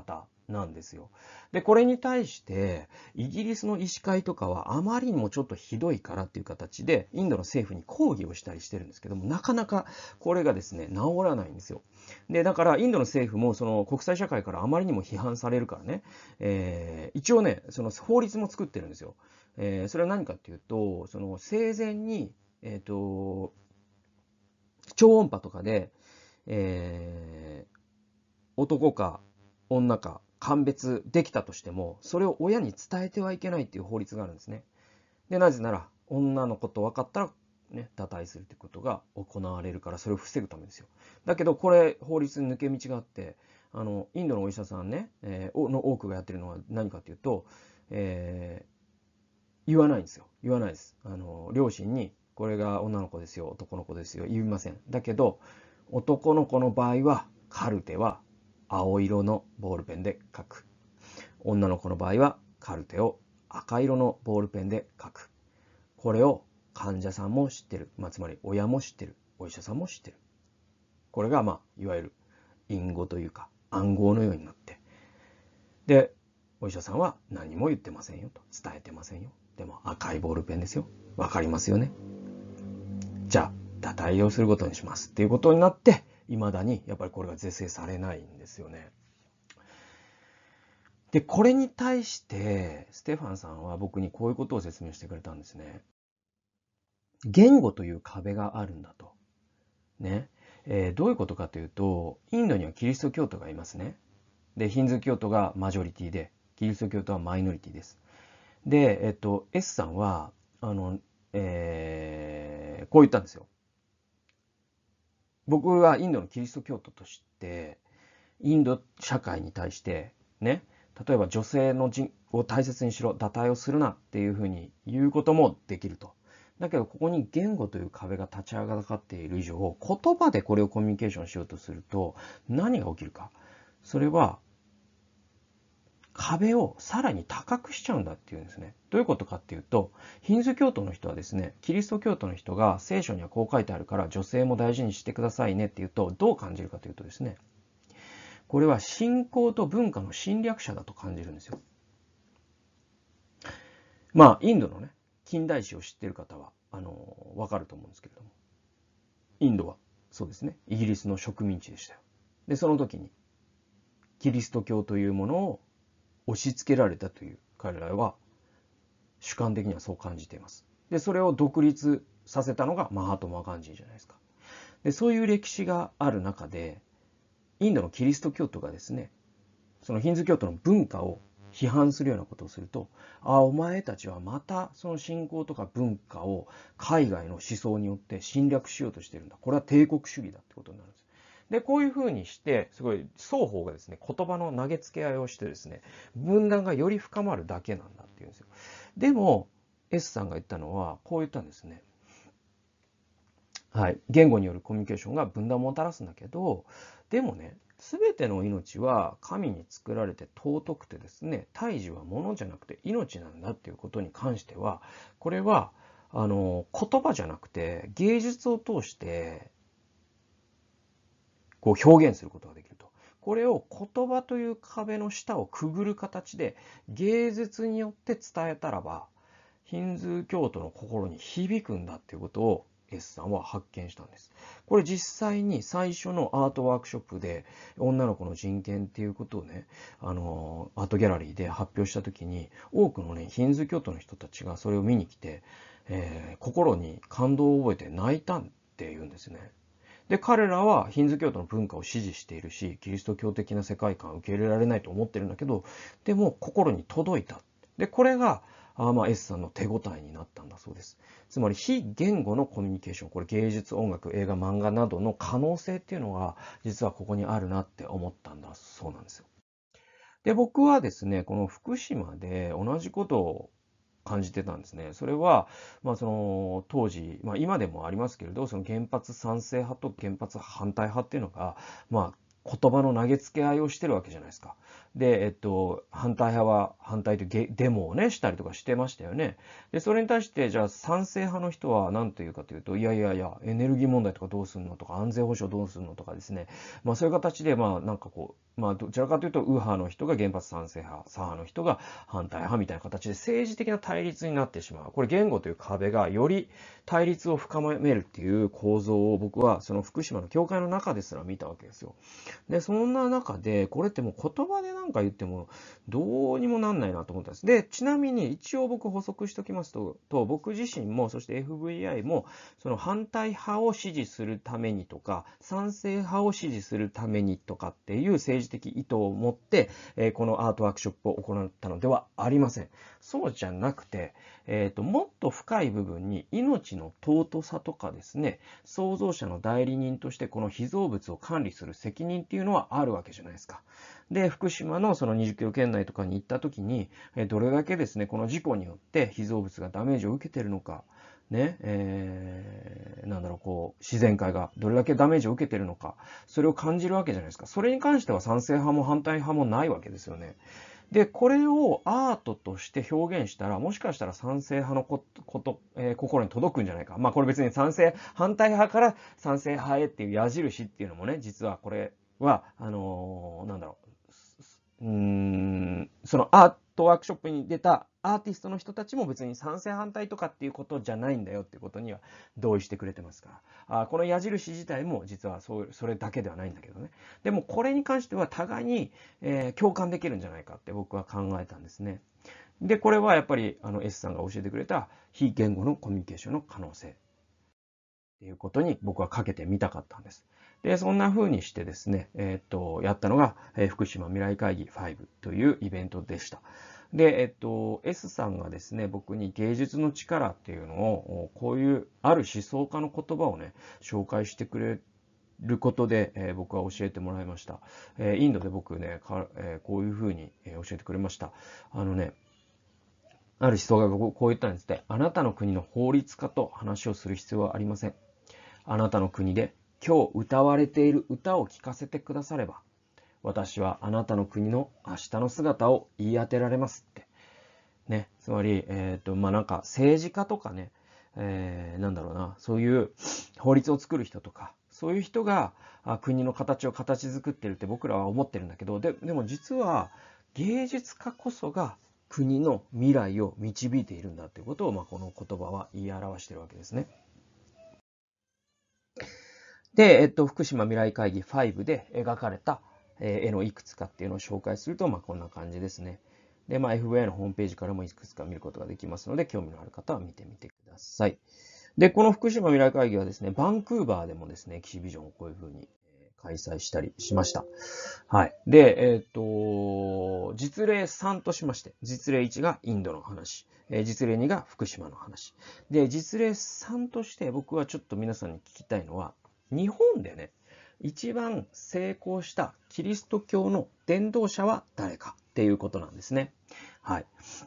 なんですよ。で、これに対して、イギリスの医師会とかはあまりにもちょっとひどいからっていう形で、インドの政府に抗議をしたりしてるんですけども、なかなかこれがですね、治らないんですよ。で、だからインドの政府もその国際社会からあまりにも批判されるからね、えー、一応ね、その法律も作ってるんですよ。えー、それは何かっていうと、その生前に、えっと、超音波とかで、えー、男か女か鑑別できたとしても、それを親に伝えてはいけないっていう法律があるんですね。で、なぜなら、女の子と分かったら、ね、堕胎するってことが行われるから、それを防ぐためですよ。だけど、これ、法律に抜け道があって、あの、インドのお医者さんね、えー、の多くがやってるのは何かっていうと、えー、言わないんですよ。言わないです。あの、両親に、これが女の子ですよ、男の子ですよ、言いません。だけど、男の子の場合は、カルテは青色のボールペンで書く。女の子の場合は、カルテを赤色のボールペンで書く。これを患者さんも知ってる。まあ、つまり親も知ってる。お医者さんも知ってる。これが、まあ、いわゆる隠語というか暗号のようになって。で、お医者さんは何も言ってませんよと。伝えてませんよ。でも赤いボールペンですよ。わかりますよね。じゃあ、堕胎をすることにしますっていうことになって、未だにやっぱりこれが是正されないんですよね。で、これに対して、ステファンさんは僕にこういうことを説明してくれたんですね。言語という壁があるんだと。ね。えー、どういうことかというと、インドにはキリスト教徒がいますね。で、ヒンズー教徒がマジョリティで、キリスト教徒はマイノリティです。で、えっと、S さんは、あの、えー、こう言ったんですよ。僕はインドのキリスト教徒として、インド社会に対して、ね、例えば女性の人を大切にしろ、堕胎をするなっていうふうに言うこともできると。だけど、ここに言語という壁が立ち上がっている以上、言葉でこれをコミュニケーションしようとすると、何が起きるか。それは、壁をさらに高くしちゃうんだっていうんですね。どういうことかっていうと、ヒンズー教徒の人はですね、キリスト教徒の人が聖書にはこう書いてあるから女性も大事にしてくださいねって言うと、どう感じるかというとですね、これは信仰と文化の侵略者だと感じるんですよ。まあ、インドのね、近代史を知っている方は、あの、わかると思うんですけれども、インドは、そうですね、イギリスの植民地でしたよ。で、その時に、キリスト教というものを押し付けられたという彼らは主観的にはそう感じています。で、それを独立させたのがマハトマガンジーじゃないですか。で、そういう歴史がある中で、インドのキリスト教徒がですね、そのヒンズー教徒の文化を批判するようなことをすると、ああ、お前たちはまたその信仰とか文化を海外の思想によって侵略しようとしてるんだ。これは帝国主義だってことになるんです。で、こういうふうにして、すごい双方がですね、言葉の投げつけ合いをしてですね、分断がより深まるだけなんだっていうんですよ。でも、S さんが言ったのは、こう言ったんですね。はい。言語によるコミュニケーションが分断をもたらすんだけど、でもね、すべての命は神に作られて尊くてですね、胎児は物じゃなくて命なんだっていうことに関しては、これは、あの、言葉じゃなくて芸術を通してこう表現することができると。これを言葉という壁の下をくぐる形で芸術によって伝えたらば、ヒンズー教徒の心に響くんだっていうことを S さんは発見したんです。これ実際に最初のアートワークショップで女の子の人権っていうことをね、あの、アートギャラリーで発表した時に多くのね、ヒンズー教徒の人たちがそれを見に来て、えー、心に感動を覚えて泣いたって言うんですね。で、彼らはヒンズー教徒の文化を支持しているし、キリスト教的な世界観を受け入れられないと思ってるんだけど、でも心に届いた。で、これが、あまあ S さんの手応えになったんだそうです。つまり非言語のコミュニケーション、これ芸術、音楽、映画、漫画などの可能性っていうのが実はここにあるなって思ったんだそうなんですよ。で、僕はですね、この福島で同じことを感じてたんですね。それは、まあその当時、まあ今でもありますけれど、その原発賛成派と原発反対派っていうのが、まあ言葉の投げつけ合いをしてるわけじゃないですか。で、えっと、反対派は反対でデモをね、したりとかしてましたよね。で、それに対して、じゃあ賛成派の人は何というかというと、いやいやいや、エネルギー問題とかどうすんのとか、安全保障どうすんのとかですね。まあそういう形で、まあなんかこう、まあどちらかというと、右派の人が原発賛成派、左派の人が反対派みたいな形で政治的な対立になってしまう。これ言語という壁がより対立を深めるっていう構造を僕はその福島の教会の中ですら見たわけですよ。で、そんな中で、これってもう言葉でなんか言ってもどうにもなんないなと思ったんです。で、ちなみに一応僕補足しておきますと、と僕自身も、そして エフブイアイ も、その反対派を支持するためにとか、賛成派を支持するためにとかっていう政治的意図を持って、えー、このアートワークショップを行ったのではありません。そうじゃなくて、えーと、もっと深い部分に命の尊さとかですね、創造者の代理人としてこの被造物を管理する責任っていうのはあるわけじゃないですか。で、福島のそのにじゅっキロ圏内とかに行った時に、どれだけですね、この事故によって被造物がダメージを受けているのか、ね、えー、なんだろう、こう、自然界がどれだけダメージを受けているのか、それを感じるわけじゃないですか。それに関しては賛成派も反対派もないわけですよね。で、これをアートとして表現したら、もしかしたら賛成派のこと、こと、えー、心に届くんじゃないか。まあこれ別に賛成、反対派から賛成派へっていう矢印っていうのもね、実はこれは、あのー、なんだろう、うーん、そのアートワークショップに出たアーティストの人たちも別に賛成反対とかっていうことじゃないんだよっていうことには同意してくれてますから。あ、この矢印自体も実はそう、それだけではないんだけどね。でもこれに関しては互いに、えー共感できるんじゃないかって僕は考えたんですね。で、これはやっぱりあの S さんが教えてくれた非言語のコミュニケーションの可能性っていうことに僕はかけてみたかったんです。で、そんな風にしてですね、えーっと、やったのが、えー福島未来会議ごというイベントでした。で、えっと、S さんがですね、僕に芸術の力っていうのを、こういうある思想家の言葉をね、紹介してくれることで、えー僕は教えてもらいました。えーインドで僕ね、かえーこういう風にえー教えてくれました。あのね、ある思想家がこうこう言ったんですって。あなたの国の法律家と話をする必要はありません。あなたの国で今日歌われている歌を聴かせてくだされば、私はあなたの国の明日の姿を言い当てられますって。ね。つまり、えっと、まあ、なんか政治家とかね、えー、なんだろうな、そういう法律を作る人とか、そういう人があ国の形を形作ってるって僕らは思ってるんだけど、で、でも実は芸術家こそが国の未来を導いているんだっていうことを、まあ、この言葉は言い表しているわけですね。で、えっと、福島未来会議ごで描かれた、えー絵のいくつかっていうのを紹介すると、まあ、こんな感じですね。で、まあ、エフブイアイ のホームページからもいくつか見ることができますので、興味のある方は見てみてください。で、この福島未来会議はですね、バンクーバーでもですね、エキシビジョンをこういう風にえー開催したりしました。はい。で、えっと、実例さんとしまして、実例いちがインドの話、えー実例にが福島の話。で、実例さんとして僕はちょっと皆さんに聞きたいのは、日本でね、一番成功したキリスト教の伝道者は誰かっていうことなんですね。はい。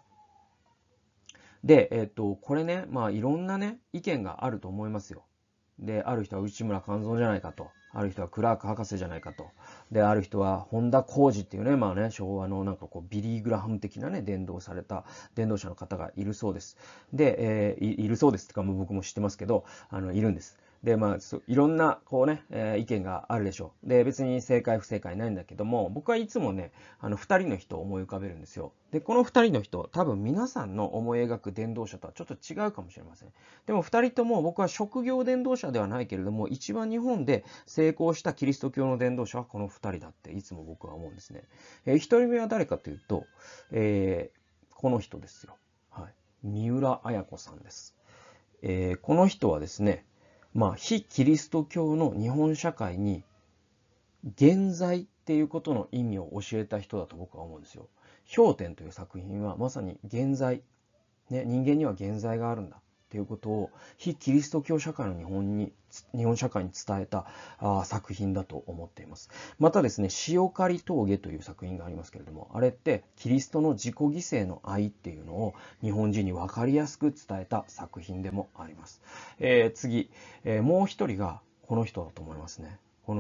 で、えっと、これね、まあいろんなね、意見があると思いますよ。で、ある人は内村勘三じゃないかと。ある人はクラーク博士じゃないかと。で、ある人は本田浩二っていうね、まあね、昭和のなんかこうビリー・グラハム的なね、伝道された伝道者の方がいるそうです。で、えーいいるそうですってかもう僕も知ってますけど、あの、いるんです。で、まあ、そいろんな、こうね、えー意見があるでしょう。で、別に正解不正解ないんだけども、僕はいつもね、あの、二人の人を思い浮かべるんですよ。で、この二人の人、多分皆さんの思い描く伝道者とはちょっと違うかもしれません。でも二人とも僕は職業伝道者ではないけれども、一番日本で成功したキリスト教の伝道者はこの二人だっていつも僕は思うんですね。えー、一人目は誰かというと、えーこの人ですよ。はい。三浦綾子さんです。えーこの人はですね、まあ、非キリスト教の日本社会に現在っていうことの意味を教えた人だと僕は思うんですよ。氷点という作品はまさに現在、ね、人間には現在があるんだっていうことを非キリスト教社会の日本に、日本社会に伝えたあ作品だと思っています。またですね、塩刈峠という作品がありますけれども、あれってキリストの自己犠牲の愛っていうのを日本人に分かりやすく伝えた作品でもあります。えー、次、えーもう一人がこの人だと思いますね。この人。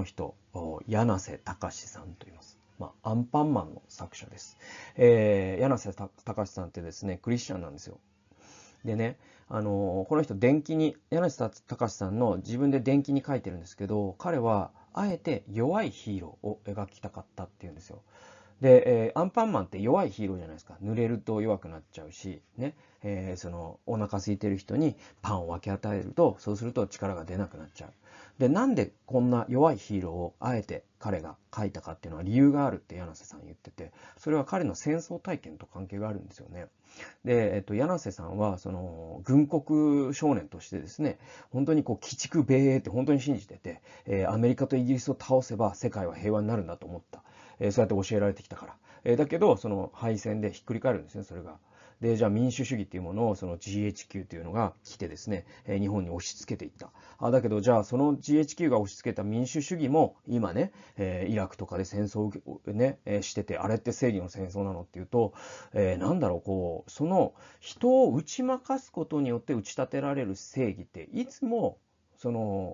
柳瀬隆さんと言います。まあ、アンパンマンの作者です。えー、柳瀬隆さんってですね、クリスチャンなんですよ。でね、あのーこの人伝記に、柳瀬隆さんの自分で伝記に書いてるんですけど、彼はあえて弱いヒーローを描きたかったっていうんですよ。で、えーアンパンマンって弱いヒーローじゃないですか。濡れると弱くなっちゃうし、ね、えーそのお腹空いてる人にパンを分け与えると、そうすると力が出なくなっちゃう。で、なんでこんな弱いヒーローをあえて彼が描いたかっていうのは理由があるって柳瀬さん言ってて、それは彼の戦争体験と関係があるんですよね。で、えっと、柳瀬さんは、その、軍国少年としてですね、本当にこう、鬼畜米英って本当に信じてて、えーアメリカとイギリスを倒せば世界は平和になるんだと思った。えーそうやって教えられてきたから。えーだけど、その敗戦でひっくり返るんですね、それが。で、じゃあ民主主義っていうものを、その ジーエイチキュー というのが来てですね、えー日本に押し付けていった。あだけど、じゃあその ジーエイチキュー が押し付けた民主主義も、今ね、えーイラクとかで戦争をね、えーしてて、あれって正義の戦争なのっていうと、えーなんだろう、こう、その人を打ち負かすことによって打ち立てられる正義って、いつも、その、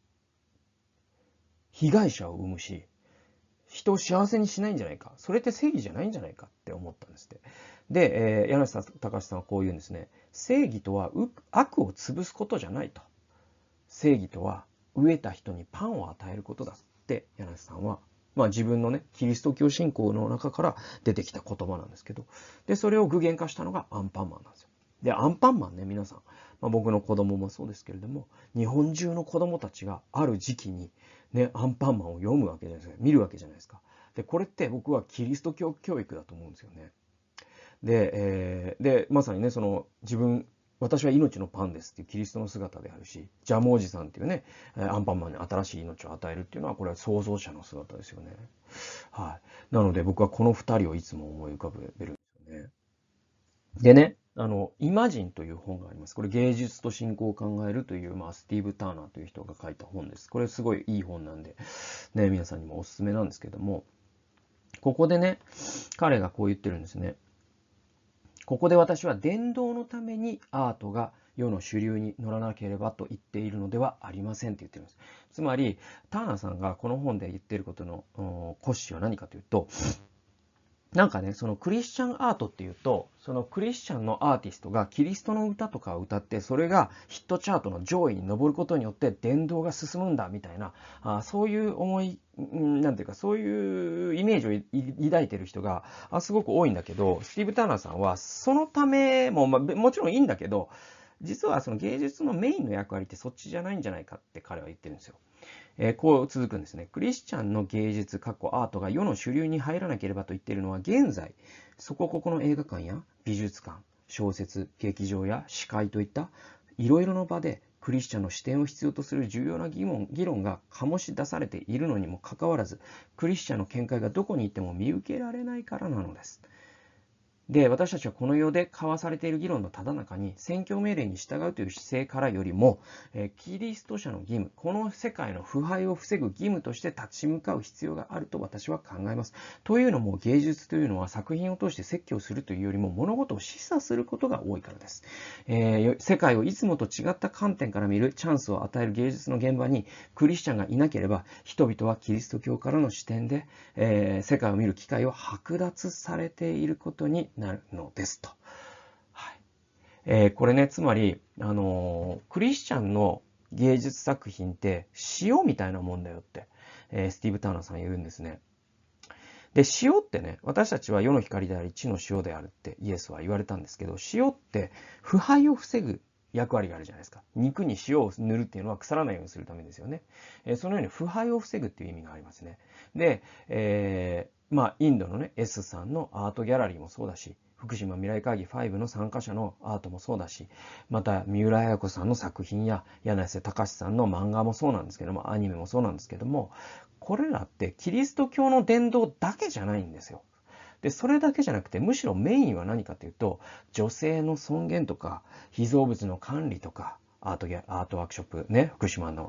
被害者を生むし、人を幸せにしないんじゃないか。それって正義じゃないんじゃないかって思ったんですって。で、えー柳瀬隆さんはこう言うんですね。正義とは悪を潰すことじゃないと。正義とは飢えた人にパンを与えることだって柳瀬さんは、まあ自分のね、キリスト教信仰の中から出てきた言葉なんですけど、で、それを具現化したのがアンパンマンなんですよ。で、アンパンマンね、皆さん、まあ、僕の子供もそうですけれども、日本中の子供たちがある時期に、ね、アンパンマンを読むわけじゃないですか。見るわけじゃないですか。で、これって僕はキリスト教教育だと思うんですよね。で、えーで、まさにね、その自分、私は命のパンですっていうキリストの姿であるし、ジャムおじさんっていうね、アンパンマンに新しい命を与えるっていうのは、これは創造者の姿ですよね。はい。なので僕はこの二人をいつも思い浮かべるんですよね。でね、あの、イマジンという本があります。これ芸術と信仰を考えるという、まあ、スティーブ・ターナーという人が書いた本です。これすごいいい本なんで、ね、皆さんにもおすすめなんですけども、ここでね、彼がこう言ってるんですね。ここで私は伝道のためにアートが世の主流に乗らなければと言っているのではありませんって言ってるんです。つまり、ターナーさんがこの本で言っていることの骨子は何かというと、なんかね、そのクリスチャンアートっていうと、そのクリスチャンのアーティストがキリストの歌とかを歌って、それがヒットチャートの上位に上ることによって伝道が進むんだみたいな、あそういう思い、なんていうか、そういうイメージを抱いてる人があすごく多いんだけど、スティーブ・ターナーさんはそのためも、まあ、もちろんいいんだけど、実はその芸術のメインの役割ってそっちじゃないんじゃないかって彼は言ってるんですよ。えーこう続くんですね。クリスチャンの芸術、過去アートが世の主流に入らなければと言っているのは、現在、そこここの映画館や美術館、小説、劇場や司会といったいろいろな場でクリスチャンの視点を必要とする重要な議論議論が醸し出されているのにもかかわらず、クリスチャンの見解がどこに行っても見受けられないからなのです。で、私たちはこの世で交わされている議論のただ中に、宣教命令に従うという姿勢からよりも、えーキリスト者の義務、この世界の腐敗を防ぐ義務として立ち向かう必要があると私は考えます。というのも、芸術というのは作品を通して説教するというよりも、物事を示唆することが多いからです。えー世界をいつもと違った観点から見るチャンスを与える芸術の現場に、クリスチャンがいなければ、人々はキリスト教からの視点で、えー世界を見る機会を剥奪されていることになるのですと。はいえーこれね、つまり、あのークリスチャンの芸術作品って塩みたいなもんだよって、えースティーブ・ターナーさん言うんですね。で、塩ってね、私たちは世の光であり地の塩であるってイエスは言われたんですけど、塩って腐敗を防ぐ役割があるじゃないですか。肉に塩を塗るっていうのは腐らないようにするためですよね。えーそのように腐敗を防ぐっていう意味がありますね。で、えーまあ、インドのね、S さんのアートギャラリーもそうだし、福島未来会議ごの参加者のアートもそうだし、また三浦綾子さんの作品や柳瀬隆さんの漫画もそうなんですけども、アニメもそうなんですけども、これらってキリスト教の伝道だけじゃないんですよ。で、それだけじゃなくて、むしろメインは何かというと、女性の尊厳とか、被造物の管理とか、アートギャ、アートワークショップね、福島の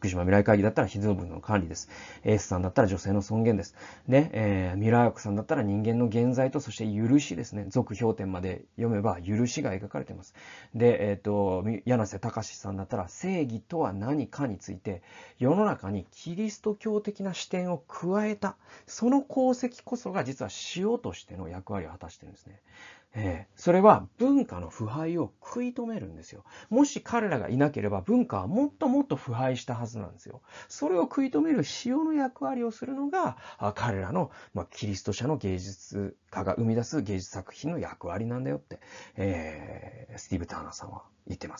福島未来会議だったら秘蔵物の管理です。エースさんだったら女性の尊厳です。で、えー、未来学さんだったら人間の現在と、そして許しですね。続評点まで読めば許しが描かれています。で、えっと、柳瀬隆さんだったら正義とは何かについて、世の中にキリスト教的な視点を加えた、その功績こそが実は塩としての役割を果たしてるんですね。えー、それは文化の腐敗を食い止めるんですよ。もし彼らがいなければ文化はもっともっと腐敗したはずなんですよ。それを食い止める塩の役割をするのが彼らの、まあ、キリスト者の芸術家が生み出す芸術作品の役割なんだよって、えー、スティーブ・ターナーさんは言ってます。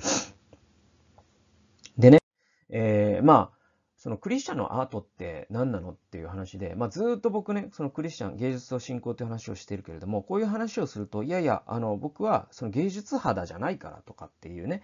でね、えー、まあそのクリスチャンのアートって何なのっていう話で、まあ、ずっと僕ね、そのクリスチャン、芸術と信仰っていう話をしているけれども、こういう話をすると、いやいや、あの、僕はその芸術肌じゃないからとかっていうね、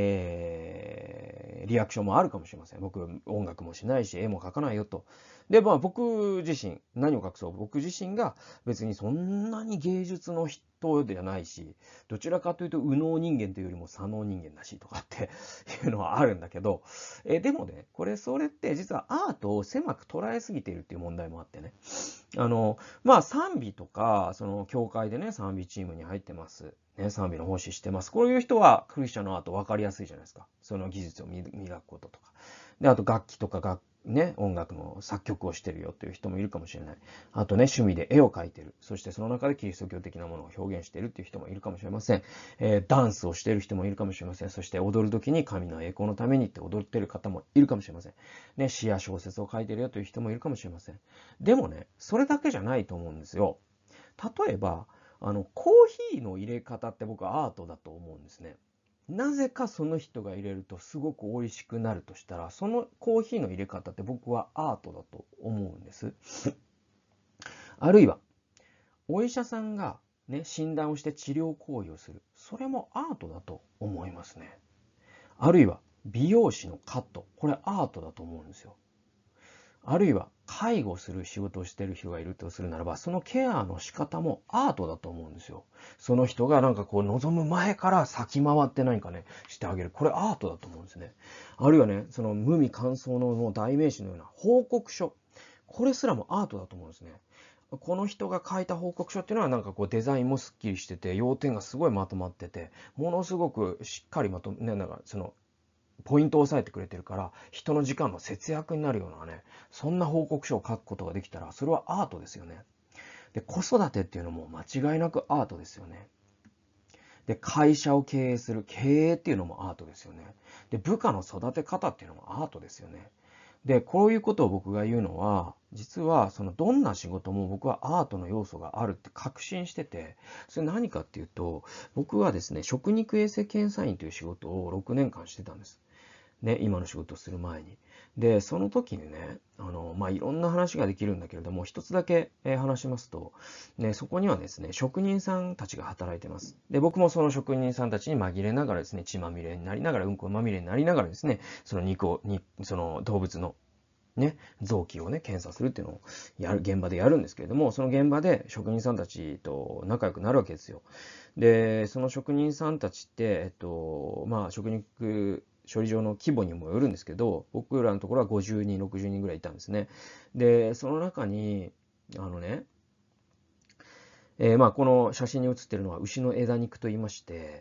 えー、リアクションもあるかもしれません。僕、音楽もしないし、絵も描かないよと。で、まあ僕自身、何を隠そう、僕自身が別にそんなに芸術の人ではないし、どちらかというと右脳人間というよりも左脳人間だしとかっていうのはあるんだけど、えでもね、これ、それって実はアートを狭く捉えすぎているっていう問題もあってね。あの、まあ賛美とか、その教会でね、賛美チームに入ってます。ね、賛美の奉仕してます。こういう人はクリスチャンのアート分かりやすいじゃないですか。その技術を磨くこととか。で、あと楽器とか楽ね、音楽の作曲をしてるよという人もいるかもしれない。あとね、趣味で絵を描いてる。そしてその中でキリスト教的なものを表現しているっていう人もいるかもしれません。えー、ダンスをしている人もいるかもしれません。そして踊る時に神の栄光のためにって踊ってる方もいるかもしれません。ね、詩や小説を書いてるよという人もいるかもしれません。でもね、それだけじゃないと思うんですよ。例えば、あの、コーヒーの入れ方って僕はアートだと思うんですね。なぜかその人が入れるとすごく美味しくなるとしたら、そのコーヒーの入れ方って僕はアートだと思うんです。あるいは、お医者さんがね、診断をして治療行為をする。それもアートだと思いますね。あるいは、美容師のカット。これアートだと思うんですよ。あるいは、介護する仕事をしている人がいるとするならば、そのケアの仕方もアートだと思うんですよ。その人がなんかこう望む前から先回って何かね、してあげる。これアートだと思うんですね。あるいはね、その無味乾燥のもう代名詞のような報告書。これすらもアートだと思うんですね。この人が書いた報告書っていうのはなんかこうデザインもスッキリしてて、要点がすごいまとまってて、ものすごくしっかりまとめ、ね、なんかそのポイントを押さえてくれてるから、人の時間の節約になるようなね、そんな報告書を書くことができたら、それはアートですよね。で、子育てっていうのも間違いなくアートですよね。で、会社を経営する、経営っていうのもアートですよね。で、部下の育て方っていうのもアートですよね。で、こういうことを僕が言うのは、実はそのどんな仕事も僕はアートの要素があるって確信してて、それ何かっていうと、僕はですね、食肉衛生検査員という仕事をろくねんかんしてたんです。ね、今の仕事をする前に。で、その時にね、あの、まあ、いろんな話ができるんだけれども、一つだけ、えー話しますと、ね、そこにはですね、職人さんたちが働いてます。で、僕もその職人さんたちに紛れながらですね、血まみれになりながら、うんこまみれになりながらですね、その肉を、に、その動物のね、臓器をね、検査するっていうのをやる、現場でやるんですけれども、その現場で職人さんたちと仲良くなるわけですよ。で、その職人さんたちって、えっと、まあ、食肉処理場の規模にもよるんですけど、僕らのところはごじゅうにん、ろくじゅうにんぐらいいたんですね。で、その中に、あのね、えーまあ、この写真に写ってるのは牛の枝肉と言いまして、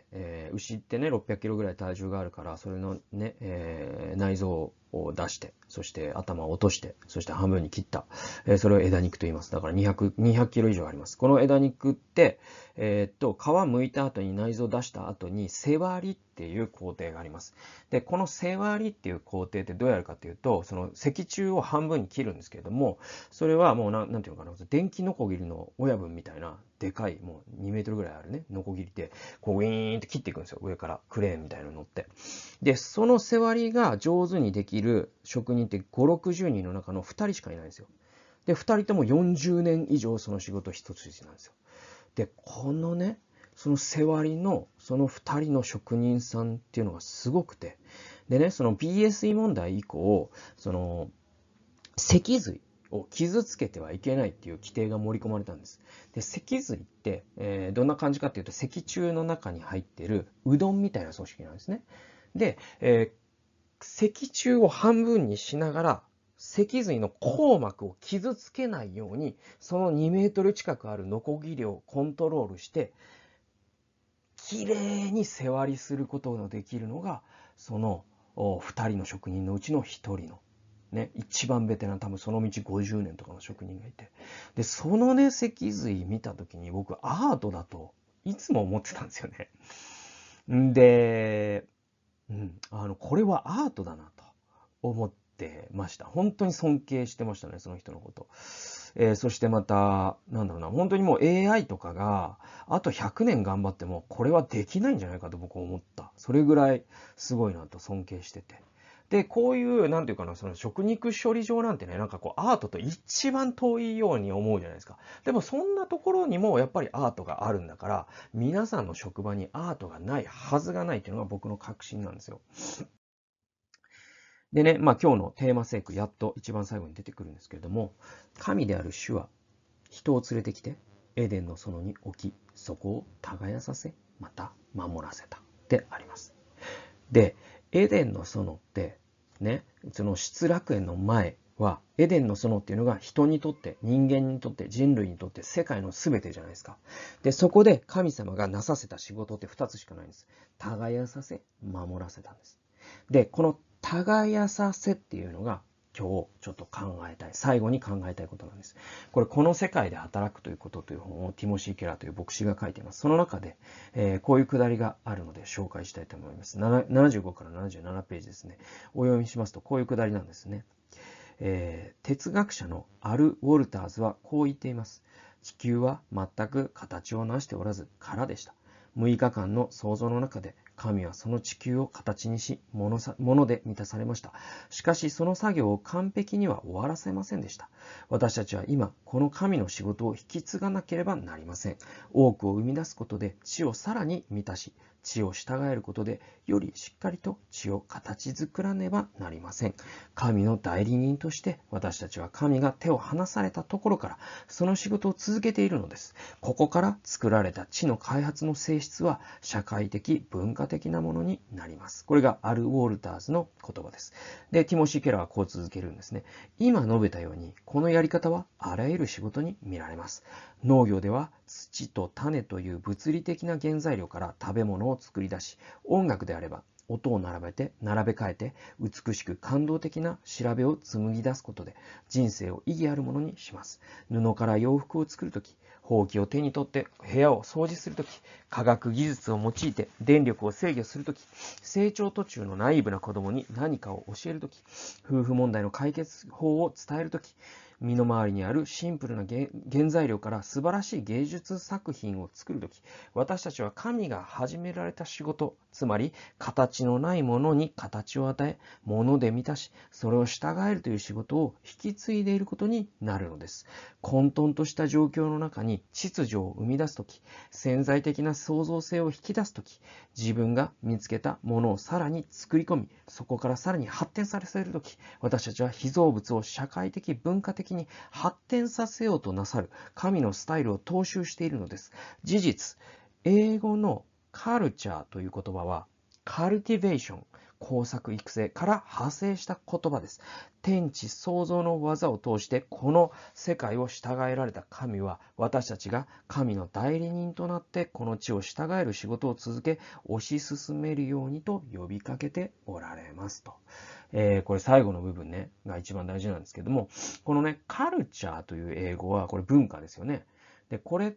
えー牛ってね、ろっぴゃくキロぐらい体重があるから、それのね、えー内臓を出して、そして頭を落として、そして半分に切った、えーそれを枝肉と言います。だからにひゃく、にひゃくキロ以上あります。この枝肉って、えーっと、皮剥いた後に内臓を出した後に、背割りっていう工程があります。で、この背割りっていう工程ってどうやるかっていうと、その脊柱を半分に切るんですけれども、それはもうな、なんていうのかな、電気ノコギリの親分みたいな、でかい、もうにメートルぐらいあるね、ノコギリで、こうウィーンって切っていくんですよ。上からクレーンみたいなの乗って。で、その背割りが上手にできる職人ってご、ろくじゅうにんの中のふたりしかいないんですよ。で、ふたりともよんじゅうねん以上その仕事一筋なんですよ。で、このね、その背割りのそのふたりの職人さんっていうのがすごくて、でね、その ビーエスイー 問題以降、その脊髄を傷つけてはいけないっていう規定が盛り込まれたんです。で、脊髄って、えーどんな感じかっていうと、脊柱の中に入ってるうどんみたいな組織なんですね。で、えー脊柱を半分にしながら、脊髄の硬膜を傷つけないように、そのにメートル近くあるノコギリをコントロールして、きれいに背割りすることができるのが、そのふたりの職人のうちのひとりの、ね、一番ベテラン、多分その道ごじゅうねんとかの職人がいて、で、そのね、脊髄見たときに僕、アートだといつも思ってたんですよね。んで、うん、あの、これはアートだなと思ってました。本当に尊敬してましたね、その人のこと。えー、そしてまた、なんだろうな、本当にもう エーアイ とかが、あとひゃくねん頑張っても、これはできないんじゃないかと僕は思った。それぐらいすごいなと尊敬してて。で、こういう、なんていうかな、その食肉処理場なんてね、なんかこうアートと一番遠いように思うじゃないですか。でもそんなところにもやっぱりアートがあるんだから、皆さんの職場にアートがないはずがないっていうのが僕の確信なんですよ。でね、まあ今日のテーマ聖句、やっと一番最後に出てくるんですけれども、神である主は人を連れてきて、エデンの園に置き、そこを耕させ、また守らせたであります。で、エデンの園って、ね、その失楽園の前は、エデンの園っていうのが人にとって、人間にとって、人類にとって、世界の全てじゃないですか。で、そこで神様がなさせた仕事ってふたつしかないんです。耕させ、守らせたんです。で、この耕させっていうのが今日ちょっと考えたい、最後に考えたいことなんです。これ、この世界で働くということという本をティモシー・ケラーという牧師が書いています。その中で、えー、こういうくだりがあるので紹介したいと思います。ななじゅうごからななじゅうななページですね。お読みしますと、こういうくだりなんですね。えー、哲学者のアル・ウォルターズはこう言っています。地球は全く形を成しておらず空でした。むいかかんの創造の中で神はその地球を形にし、ものさ、もので満たされました。しかしその作業を完璧には終わらせませんでした。私たちは今、この神の仕事を引き継がなければなりません。多くを生み出すことで地をさらに満たし、地を従えることでよりしっかりと地を形作らねばなりません。神の代理人として私たちは神が手を離されたところからその仕事を続けているのです。ここから作られた地の開発の性質は社会的文化的なものになります。これがアル・ウォルターズの言葉です。で、ティモシー・ケラーはこう続けるんですね。今述べたようにこのやり方はあらゆる仕事に見られます。農業では土と種という物理的な原材料から食べ物を作り出し、音楽であれば音を並べて、並べ替えて、美しく感動的な調べを紡ぎ出すことで、人生を意義あるものにします。布から洋服を作るとき、ほうきを手に取って部屋を掃除するとき、科学技術を用いて電力を制御するとき、成長途中のナイーブな子供に何かを教えるとき、夫婦問題の解決法を伝えるとき、身の回りにあるシンプルな原材料から素晴らしい芸術作品を作るとき、私たちは神が始められた仕事、つまり形のないものに形を与え、もので満たし、それを従えるという仕事を引き継いでいることになるのです。混沌とした状況の中に秩序を生み出すとき、潜在的な創造性を引き出すとき、自分が見つけたものをさらに作り込み、そこからさらに発展させるとき、私たちは被造物を社会的、文化的に発展させようとなさる神のスタイルを踏襲しているのです。事実、英語のカルチャーという言葉はカルティベーション、工作育成から派生した言葉です。天地創造の技を通してこの世界を従えられた神は、私たちが神の代理人となってこの地を従える仕事を続け、推し進めるようにと呼びかけておられますと。えー、これ最後の部分ね、が一番大事なんですけども、このね、カルチャーという英語は、これ文化ですよね。で、これって、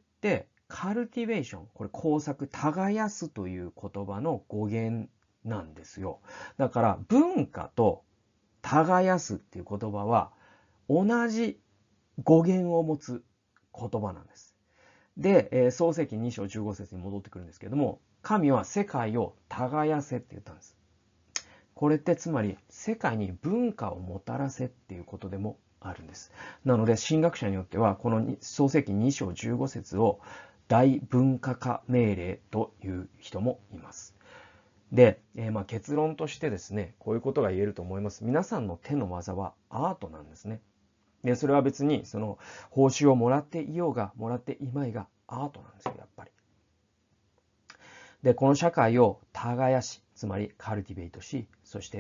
カルティベーション、これ工作、耕すという言葉の語源なんですよ。だから、文化と耕すっていう言葉は、同じ語源を持つ言葉なんです。で、えー、創世記に章じゅうご節に戻ってくるんですけども、神は世界を耕せって言ったんです。これってつまり世界に文化をもたらせっていうことでもあるんです。なので神学者によってはこの創世記に章じゅうご節を大文化化命令という人もいます。で、えー、まあ結論としてですね、こういうことが言えると思います。皆さんの手の技はアートなんですね。で、それは別にその報酬をもらっていようがもらっていまいがアートなんですよ、やっぱり。で、この社会を耕し、つまりカルティベイトし、そして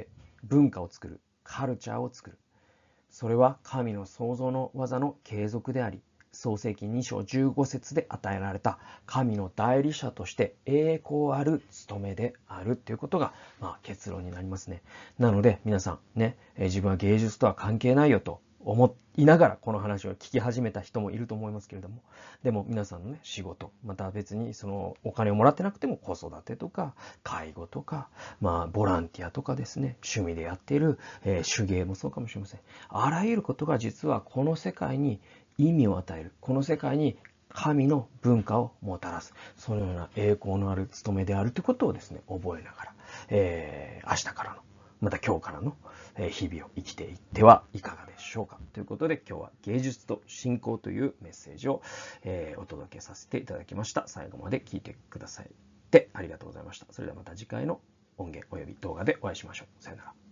文化を作る、カルチャーを作る。それは神の創造の技の継続であり、創世記に章じゅうご節で与えられた神の代理者として栄光ある務めであるということが、まあ、結論になりますね。なので皆さんね、自分は芸術とは関係ないよと思いながらこの話を聞き始めた人もいると思いますけれども、でも皆さんのね、仕事、また別にそのお金をもらってなくても子育てとか介護とか、まあボランティアとかですね、趣味でやっている、えー、手芸もそうかもしれません。あらゆることが実はこの世界に意味を与える。この世界に神の文化をもたらす。そのような栄光のある務めであるということをですね、覚えながら、えー、明日からの、また今日からの日々を生きていってはいかがでしょうか。ということで今日は芸術と信仰というメッセージを、えー、お届けさせていただきました。最後まで聞いてくださってありがとうございました。それではまた次回の音源および動画でお会いしましょう。さよなら。